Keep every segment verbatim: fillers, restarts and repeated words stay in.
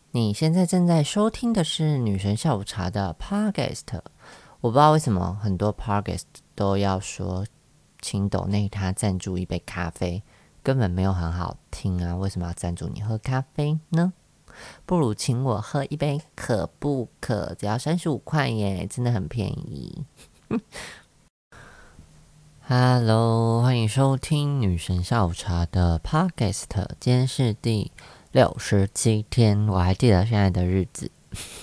你现在正在收听的是女神下午茶的 Podcast。我不知道为什么很多 Podcast 都要说请斗内他赞助一杯咖啡，根本没有很好听啊！为什么要赞助你喝咖啡呢？不如请我喝一杯可不可？只要三十五块耶，真的很便宜。Hello， 欢迎收听女神下午茶的 Podcast。今天是第六十七天，我还记得现在的日子。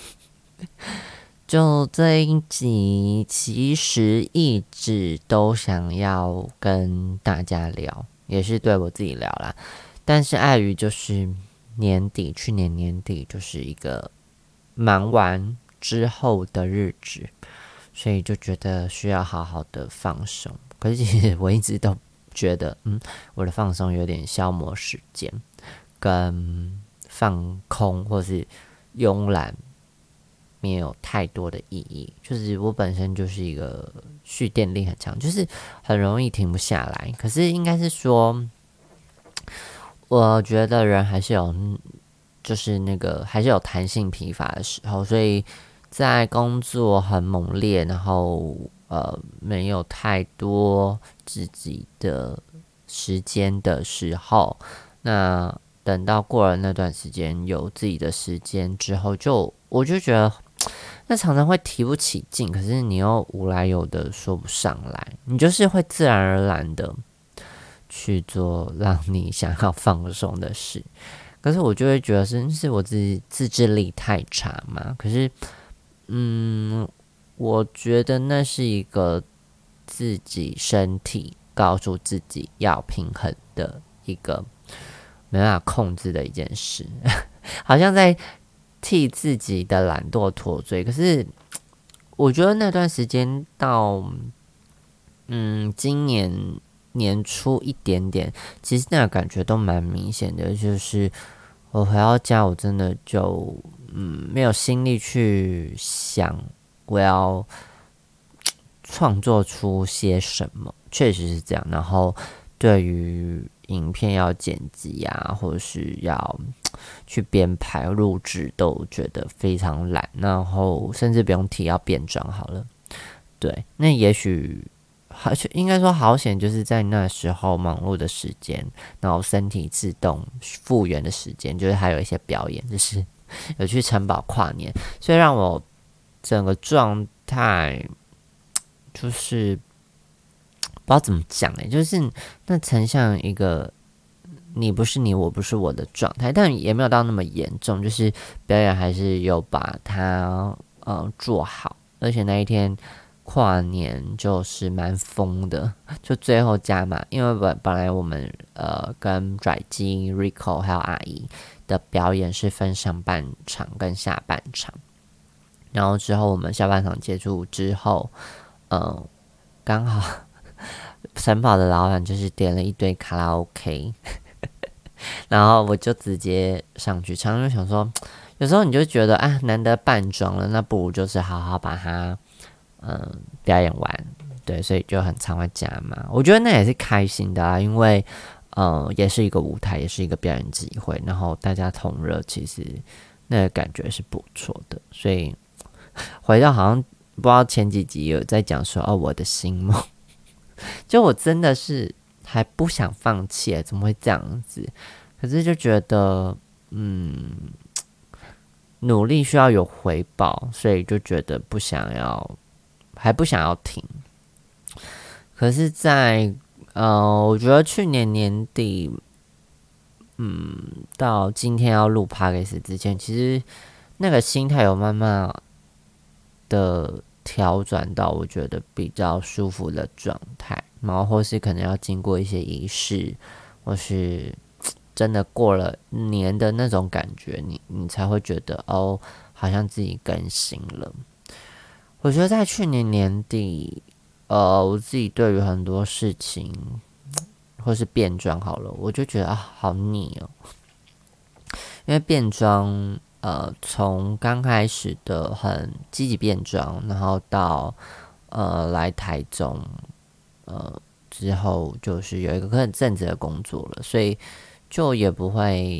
就这一集，其实一直都想要跟大家聊，也是对我自己聊啦。但是碍于就是年底，去年年底就是一个忙完之后的日子，所以就觉得需要好好的放松。可是其实我一直都觉得，嗯，我的放松有点消磨时间，跟放空或是慵懒没有太多的意义。就是我本身就是一个蓄电力很强，就是很容易停不下来。可是应该是说，我觉得人还是有，就是那个还是有弹性疲乏的时候，所以在工作很猛烈，然后呃没有太多自己的时间的时候，那等到过了那段时间有自己的时间之后就，我就觉得那常常会提不起劲，可是你又无来由的说不上来，你就是会自然而然的去做让你想要放松的事。可是我就会觉得是是我自己自制力太差嘛。可是，嗯，我觉得那是一个自己身体告诉自己要平衡的一个没办法控制的一件事，好像在替自己的懒惰脱罪。可是我觉得那段时间到嗯今年年初一点点，其实那个感觉都蛮明显的，就是我回到家，我真的就嗯没有心力去想我要创作出些什么，确实是这样。然后对于影片要剪辑啊，或者是要去编排、录制，都觉得非常懒。然后甚至不用提要变装好了。对，那也许好，应该说好险，就是在那时候忙碌的时间，然后身体自动复原的时间，就是还有一些表演，就是有去城堡跨年，所以让我整个状态就是不知道怎么讲哎、欸，就是那呈像一个你不是你，我不是我的状态，但也没有到那么严重，就是表演还是有把它呃做好，而且那一天跨年就是蛮疯的，就最后加码，因为本本来我们呃跟拽基、Rico 还有阿姨的表演是分上半场跟下半场，然后之后我们下半场结束之后，呃，刚好城堡的老板就是点了一堆卡拉 OK， 然后我就直接上去唱，就想说，有时候你就觉得啊，难得扮装了，那不如就是好好把它嗯表演完，对，所以就很常会加嘛。我觉得那也是开心的啦，因为嗯也是一个舞台，也是一个表演机会，然后大家同热，其实那个感觉是不错的。所以回到好像不知道前几集有在讲说哦我的新梦，就我真的是还不想放弃，怎么会这样子？可是就觉得嗯努力需要有回报，所以就觉得不想要。还不想要停，可是在，呃，我觉得去年年底，嗯，到今天要录 Podcast 之前，其实那个心态有慢慢的调转到我觉得比较舒服的状态，然后或是可能要经过一些仪式，或是真的过了年的那种感觉，你你才会觉得哦，好像自己更新了。我觉得在去年年底，呃，我自己对于很多事情，或是变装好了，我就觉得啊，好腻哦。因为变装，呃，从刚开始的很积极变装，然后到呃来台中，呃之后就是有一个很正职的工作了，所以就也不会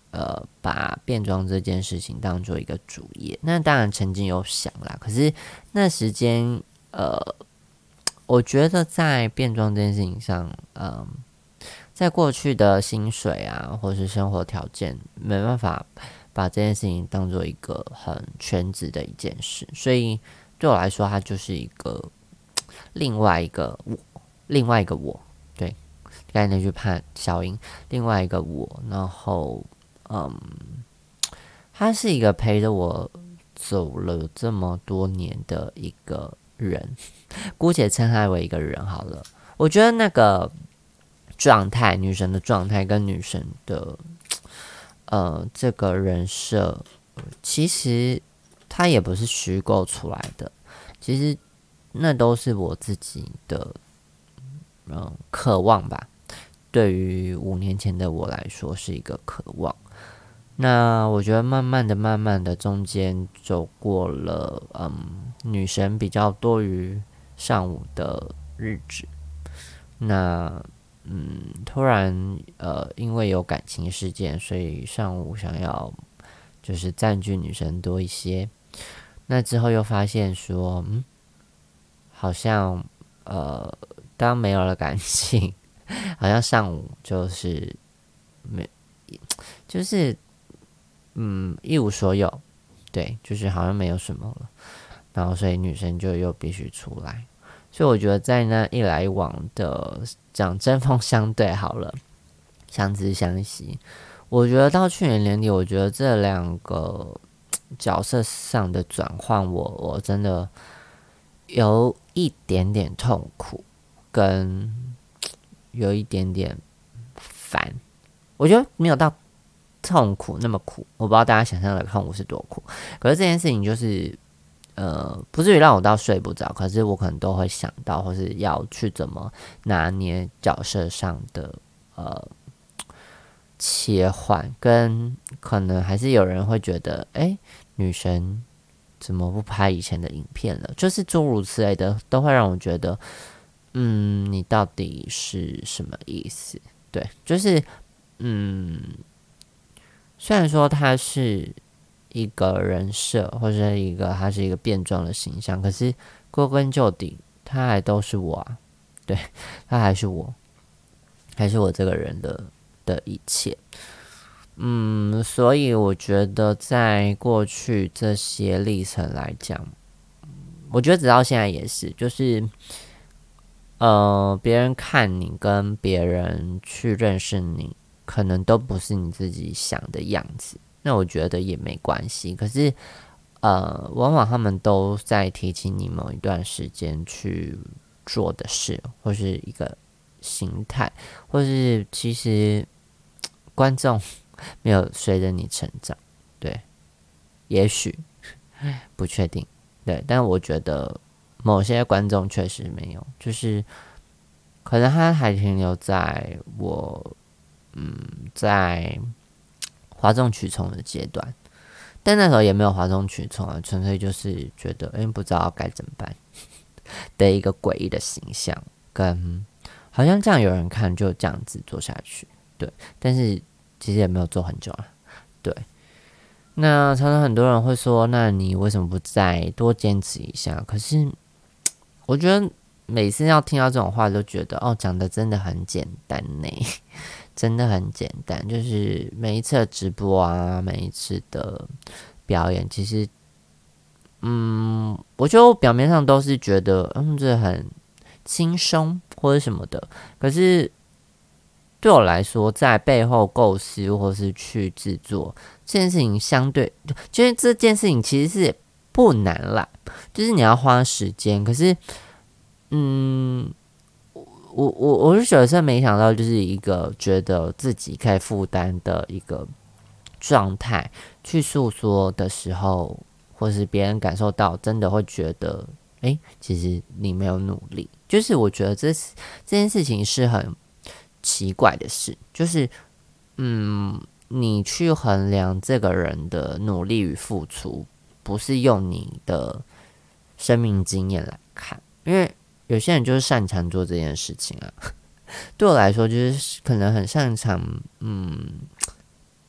呃把变装这件事情当做一个主业。那当然曾经有想啦，可是那时间呃，我觉得在变装这件事情上，嗯、呃，在过去的薪水啊，或是生活条件，没办法把这件事情当做一个很全职的一件事，所以对我来说，它就是一个另外一个我，另外一个我，对，刚才那句判小音，另外一个我，然后，嗯，他是一个陪着我走了这么多年的一个人，姑且称他为一个人好了。我觉得那个状态，女神的状态跟女神的呃这个人设，其实它也不是虚构出来的，其实那都是我自己的嗯、呃、渴望吧。对于五年前的我来说，是一个渴望。那我觉得慢慢的、慢慢的，中间走过了嗯女神比较多于上午的日子。那嗯，突然呃，因为有感情事件，所以上午想要就是占据女生多一些。那之后又发现说，嗯，好像呃，当没有了感情，好像上午就是没，就是嗯一无所有，对，就是好像没有什么了。然后所以女生就又必须出来。所以我觉得在那一来一往的讲针锋相对好了，相知相惜。我觉得到去年年底，我觉得这两个角色上的转换，我我真的有一点点痛苦，跟有一点点烦。我觉得没有到痛苦那么苦，我不知道大家想象的痛苦是多苦。可是这件事情就是。呃，不至于让我到睡不着，可是我可能都会想到，或是要去怎么拿捏角色上的呃切换，跟可能还是有人会觉得，哎、欸，女神怎么不拍以前的影片了？就是诸如此类的，都会让我觉得，嗯，你到底是什么意思？对，就是嗯，虽然说他是。一个人设，或者一个他是一个变装的形象，可是归根究底，他还都是我啊，对，他还是我，还是我这个人的的一切。嗯，所以我觉得在过去这些历程来讲，我觉得直到现在也是，就是呃，别人看你跟别人去认识你，可能都不是你自己想的样子。那我觉得也没关系，可是，呃，往往他们都在提起你某一段时间去做的事，或是一个心态，或是其实观众没有随着你成长，对，也许不确定，对，但我觉得某些观众确实没有，就是可能他还停留在我，嗯，在。哗众取宠的阶段，但那时候也没有哗众取宠啊，纯粹就是觉得，哎、欸，不知道该怎么办的一个诡异的形象，跟好像这样有人看，就这样子做下去，对，但是其实也没有做很久了，对。那常常很多人会说，那你为什么不再多坚持一下？可是我觉得每次要听到这种话，都觉得哦，讲的真的很简单呢。真的很简单，就是每一次的直播啊，每一次的表演，其实，嗯，我觉得我表面上都是觉得，嗯，这很轻松或者什么的，可是对我来说，在背后构思或是去制作这件事情，相对就是这件事情其实是不难啦，就是你要花时间，可是，嗯。我我我是觉得是没想到，就是一个觉得自己可以负担的一个状态，去诉说的时候，或是别人感受到，真的会觉得，哎、欸，其实你没有努力。就是我觉得这这件事情是很奇怪的事，就是嗯，你去衡量这个人的努力与付出，不是用你的生命经验来看，因为。有些人就是擅长做这件事情啊，对我来说就是可能很擅长，嗯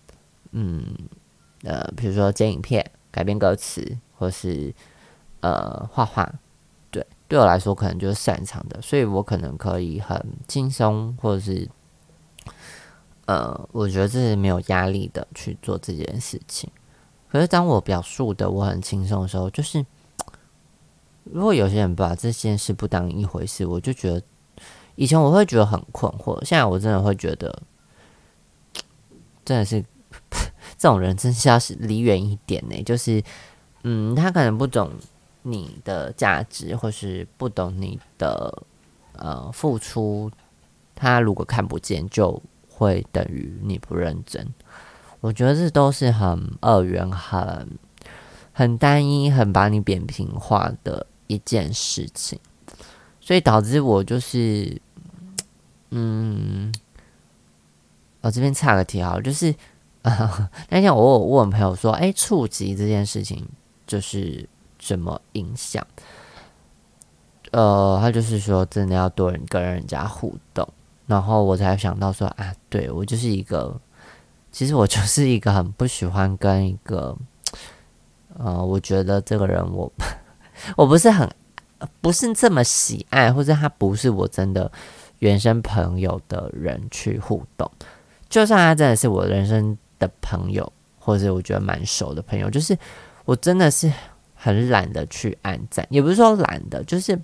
嗯呃，比如说剪影片、改编歌词，或是呃画画。对，对我来说可能就是擅长的，所以我可能可以很轻松，或者是呃，我觉得这是没有压力的去做这件事情。可是当我表述的我很轻松的时候，就是如果有些人把这件事不当一回事，我就觉得以前我会觉得很困惑，现在我真的会觉得真的是这种人真是要离远一点呢。就是嗯，他可能不懂你的价值，或是不懂你的呃付出，他如果看不见，就会等于你不认真。我觉得这都是很二元、很很单一、很把你扁平化的一件事情，所以导致我就是，嗯，我这边插个题好，就是呃，那天我有问朋友说，哎、欸，触及这件事情就是怎么影响？呃，他就是说，真的要多人跟人家互动，然后我才想到说，啊，对我就是一个，其实我就是一个很不喜欢跟一个，呃，我觉得这个人我我不是很不是这么喜爱，或者他不是我真的原生朋友的人去互动，就算他真的是我人生的朋友，或者我觉得蛮熟的朋友，就是我真的是很懒得去按赞，也不是说懒的，就是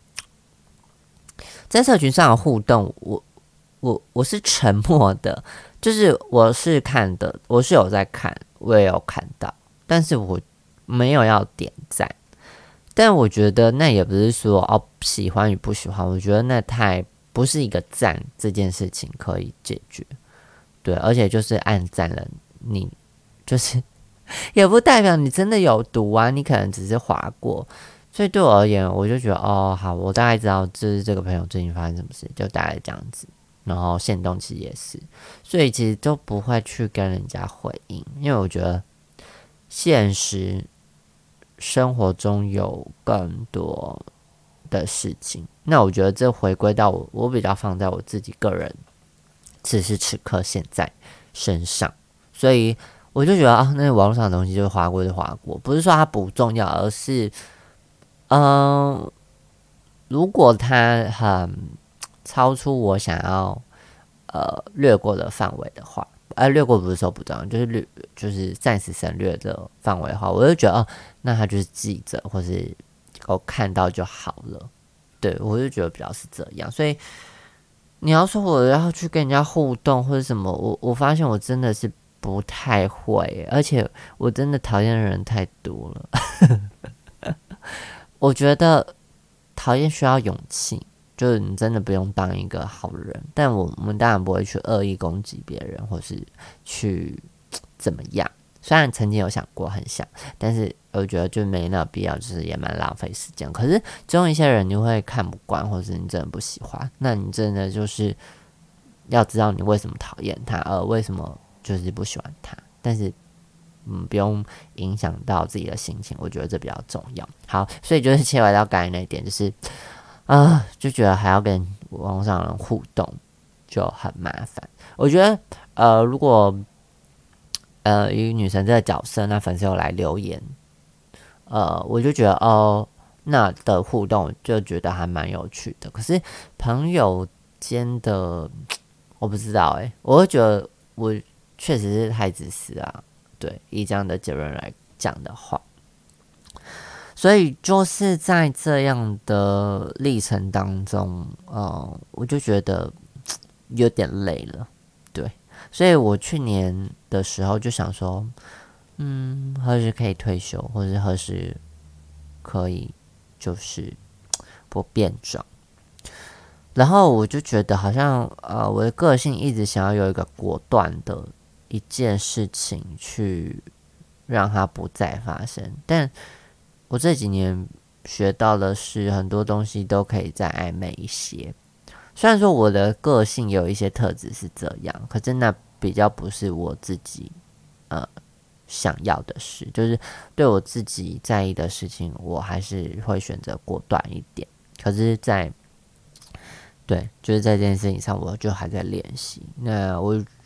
在社群上的互动，我我我是沉默的，就是我是看的，我是有在看，我也有看到，但是我没有要点赞。但我觉得那也不是说哦喜欢与不喜欢，我觉得那太不是一个赞这件事情可以解决。对，而且就是按赞了，你就是也不代表你真的有读啊，你可能只是划过。所以对我而言，我就觉得哦，好，我大概知道就是这个朋友最近发生什么事，就大概这样子。然后限动其实也是，所以其实都不会去跟人家回应，因为我觉得现实生活中有更多的事情。那我觉得这回归到我，我比较放在我自己个人此时此刻现在身上，所以我就觉得啊，那网络上的东西就划过就划过，不是说它不重要，而是嗯、呃，如果它很超出我想要呃略过的范围的话，呃，略过不是说不重要，就是略就是暂时省略的范围的话，我就觉得哦，那他就是记着，或是我看到就好了。对，我就觉得比较是这样，所以你要说我要去跟人家互动或者什么，我我发现我真的是不太会，而且我真的讨厌的人太多了。我觉得讨厌需要勇气，就是你真的不用当一个好人，但我们当然不会去恶意攻击别人，或是去怎么样。虽然曾经有想过很想，但是我觉得就没那必要，就是也蛮浪费时间。可是总有一些人你会看不惯，或是你真的不喜欢，那你真的就是要知道你为什么讨厌他，而为什么就是不喜欢他。但是嗯，不用影响到自己的心情，我觉得这比较重要。好，所以就是切回到刚才那一点，就是啊、呃，就觉得还要跟网络上的人互动，就很麻烦。我觉得呃，如果呃以女神这个角色，那粉丝有来留言，呃，我就觉得哦，那的互动就觉得还蛮有趣的。可是朋友间的，我不知道哎、欸，我会觉得我确实是太自私啊。对，以这样的结论来讲的话，所以就是在这样的历程当中，呃，我就觉得有点累了。对，所以我去年的时候就想说，嗯，何时可以退休，或者何时可以就是不变装。然后我就觉得好像呃，我的个性一直想要有一个果断的一件事情去让它不再发生，但我这几年学到的是很多东西都可以再暧昧一些。虽然说我的个性有一些特质是这样，可是那比较不是我自己呃想要的事，就是对我自己在意的事情，我还是会选择果断一点。可是在，对，就是在这件事情上，我就还在练习。那我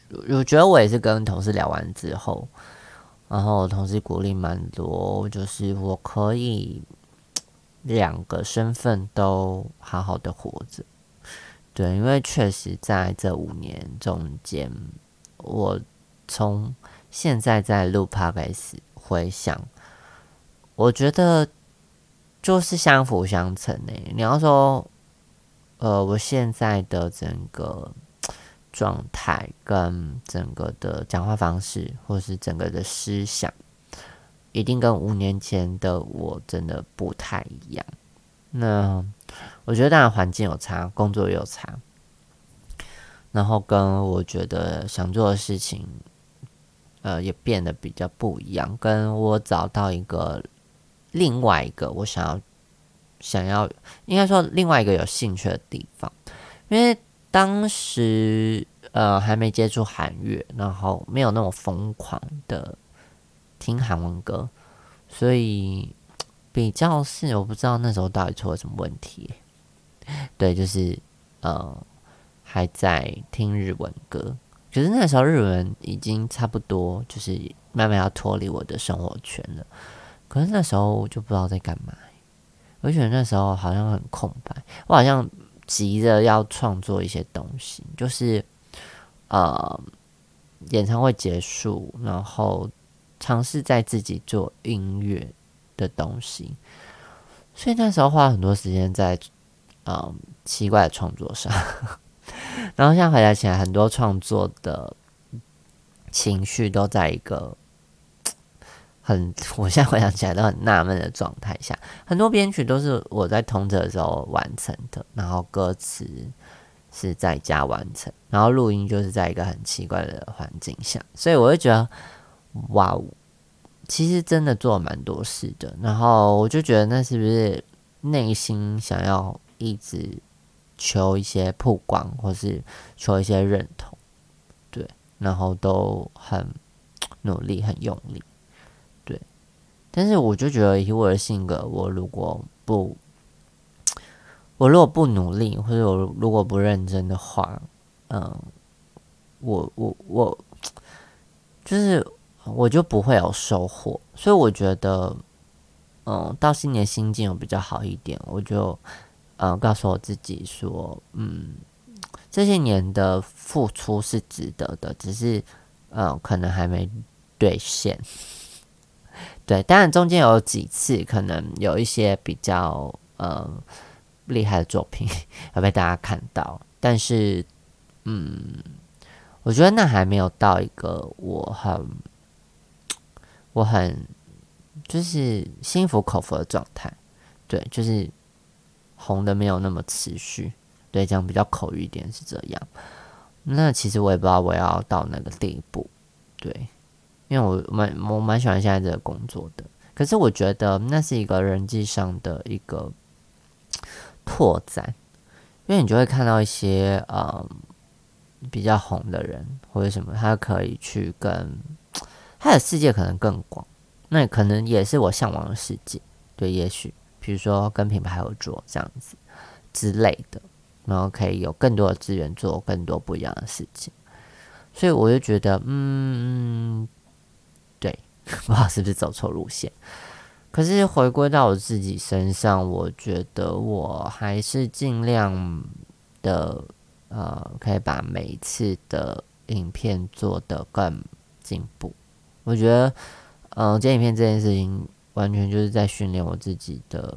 我觉得我也是跟同事聊完之后，然后同事鼓励蛮多，就是我可以两个身份都好好的活着。对，因为确实在这五年中间，我从现在在录 podcast 回想，我觉得就是相辅相成诶。你要说，呃，我现在的整个状态跟整个的讲话方式，或是整个的思想，一定跟五年前的我真的不太一样。那我觉得当然环境有差，工作也有差，然后跟我觉得想做的事情，呃，也变得比较不一样。跟我找到一个另外一个我想要想要，应该说另外一个有兴趣的地方，因为当时呃还没接触韩乐，然后没有那种疯狂的听韩文歌，所以比较是我不知道那时候到底出了什么问题。对，就是呃还在听日文歌，可是那时候日文已经差不多就是慢慢要脱离我的生活圈了。可是那时候我就不知道在干嘛，我觉得那时候好像很空白，我好像急着要创作一些东西，就是呃演唱会结束，然后尝试在自己做音乐的东西，所以那时候花很多时间在嗯奇怪的创作上。然后现在回来起来，很多创作的情绪都在一个很，我现在回想起来都很纳闷的状态下。很多编曲都是我在通车的时候完成的，然后歌词是在家完成，然后录音就是在一个很奇怪的环境下，所以我会觉得，哇，其实真的做了蛮多事的。然后我就觉得，那是不是内心想要一直求一些曝光，或是求一些认同，对，然后都很努力、很用力，对。但是我就觉得，以我的性格，我如果不，我如果不努力，或者我如果不认真的话，嗯，我我我，就是我就不会有收获。所以我觉得，嗯，到新年心境有比较好一点，我就。呃，告诉我自己说，嗯，这些年的付出是值得的，只是，呃，可能还没兑现。对，当然中间有几次可能有一些比较呃厉害的作品要被大家看到，但是，嗯，我觉得那还没有到一个我很我很就是心服口服的状态。对，就是。红的没有那么持续，对，这样比较口语一点是这样。那其实我也不知道我要到那个地步，对，因为我蛮我蛮喜欢现在这个工作的，可是我觉得那是一个人际上的一个拓展，因为你就会看到一些嗯比较红的人或者什么，他可以去跟他的世界可能更广，那可能也是我向往的世界，对，也许。比如说跟品牌合作这样子之类的，然后可以有更多的资源做更多不一样的事情，所以我就觉得，嗯，对，不知道是不是走错路线。可是回归到我自己身上，我觉得我还是尽量的，呃，可以把每一次的影片做得更进步。我觉得，嗯、呃，剪影片这件事情。完全就是在训练我自己的，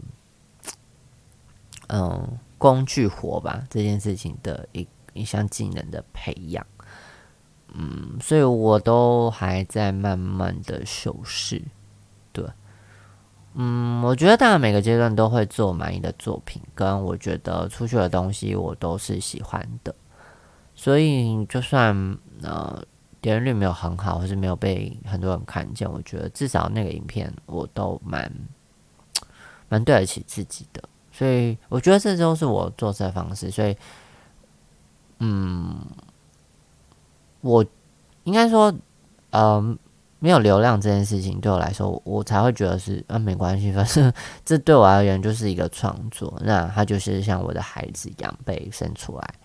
嗯，工具活吧，这件事情的一一项技能的培养，嗯，所以我都还在慢慢的修饰，对，嗯，我觉得当然每个阶段都会做满意的作品，跟我觉得出去的东西我都是喜欢的，所以就算呃。点阅率没有很好，或是没有被很多人看见，我觉得至少那个影片我都蛮蛮对得起自己的，所以我觉得这就是我做事的方式。所以，嗯，我应该说，呃，没有流量这件事情对我来说，我才会觉得是啊没关系，反正这对我而言就是一个创作，那它就是像我的孩子一样被生出来，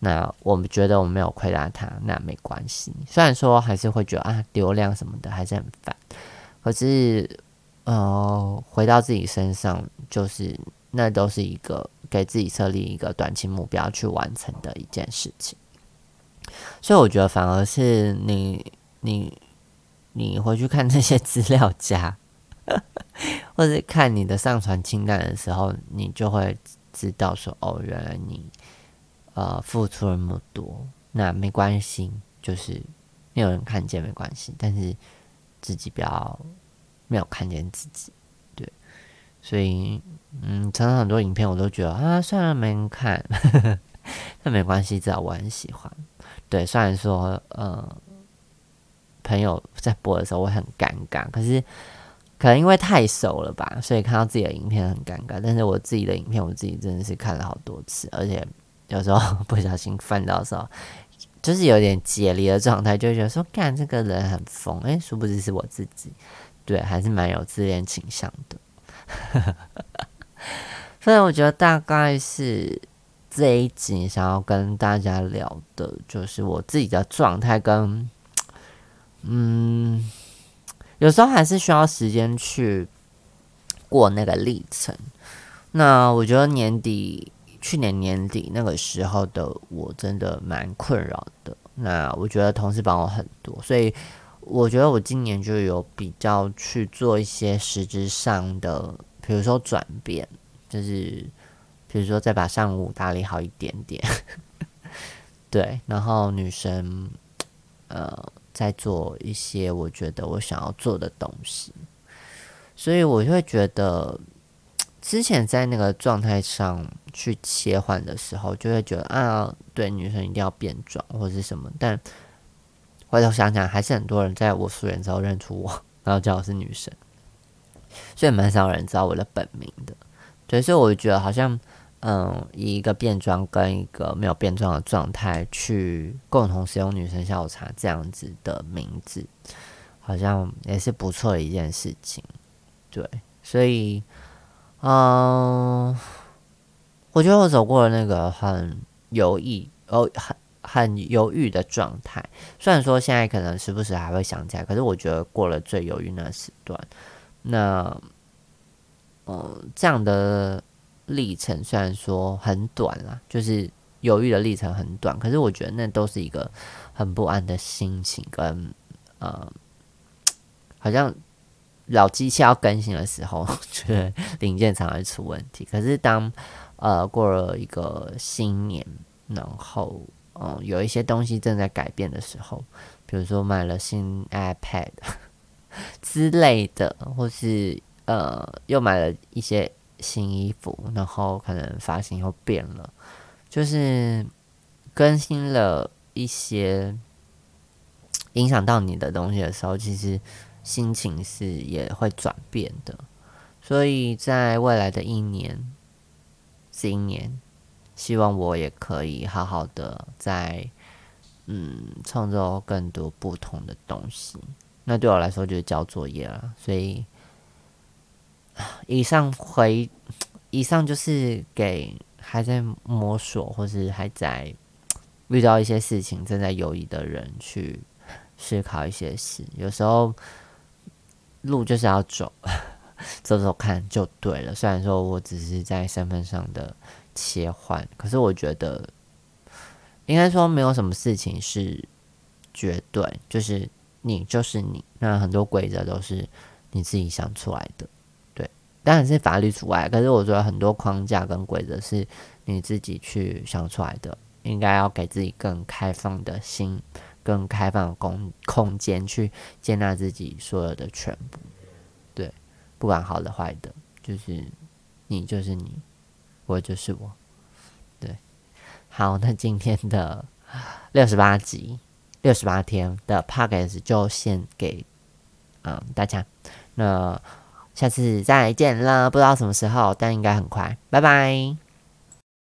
那我们觉得我们没有亏待他，那没关系。虽然说还是会觉得啊，流量什么的还是很烦，可是呃，回到自己身上，就是那都是一个给自己设立一个短期目标去完成的一件事情。所以我觉得反而是你你你回去看这些资料夹，或者看你的上传清单的时候，你就会知道说，哦，原来你呃付出了那么多，那没关系，就是没有人看见没关系，但是自己不要没有看见自己，对，所以嗯，常常很多影片我都觉得啊，虽然没人看，但没关系，至少我很喜欢。对，虽然说呃，朋友在播的时候会很尴尬，可是可能因为太熟了吧，所以看到自己的影片很尴尬。但是我自己的影片，我自己真的是看了好多次，而且有时候不小心翻到的时候，就是有点解离的状态，就会觉得说，干这个人很疯，哎、欸，殊不知是我自己，对，还是蛮有自恋倾向的。所以我觉得大概是这一集想要跟大家聊的，就是我自己的状态跟，嗯，有时候还是需要时间去过那个历程。那我觉得年底，去年年底那个时候的我真的蛮困扰的。那我觉得同事帮我很多，所以我觉得我今年就有比较去做一些实质上的，比如说转变，就是比如说再把上午打理好一点点，对，然后女生呃再做一些我觉得我想要做的东西，所以我就会觉得之前在那个状态上去切换的时候，就会觉得啊，对，女生一定要变装或是什么，但回头想想，还是很多人在我素颜之后认出我，然后叫我是女生，所以蛮少人知道我的本名的。对，所以我觉得好像，嗯，以一个变装跟一个没有变装的状态去共同使用女生下午茶这样子的名字，好像也是不错的一件事情。对，所以，嗯，我觉得我走过了那个很犹豫，哦，很很犹豫的状态。虽然说现在可能时不时还会想起来，可是我觉得过了最犹豫那时段，那，嗯，这样的历程虽然说很短啦，就是犹豫的历程很短，可是我觉得那都是一个很不安的心情跟呃，好像老机器要更新的时候，觉得零件常会出问题。可是当呃过了一个新年，然后嗯有一些东西正在改变的时候，比如说买了新 iPad 之类的，或是呃又买了一些新衣服，然后可能发型又变了，就是更新了一些影响到你的东西的时候，其实心情是也会转变的。所以在未来的一年，今年，希望我也可以好好的在嗯创造更多不同的东西。那对我来说就是交作业了，所以以上回以上就是给还在摸索或是还在遇到一些事情正在犹豫的人去思考一些事。有时候路就是要走，走走看就对了。虽然说我只是在身份上的切换，可是我觉得应该说没有什么事情是绝对，就是你就是你。那很多规则都是你自己想出来的，对，当然是法律除外。可是我觉得很多框架跟规则是你自己去想出来的，应该要给自己更开放的心。更开放的空空间去接纳自己所有的全部，对，不管好的坏的，就是你就是你，我就是我，对。好，那今天的六十八集、六十八天的 podcast 就献给嗯大家，那下次再见了，不知道什么时候，但应该很快，拜拜。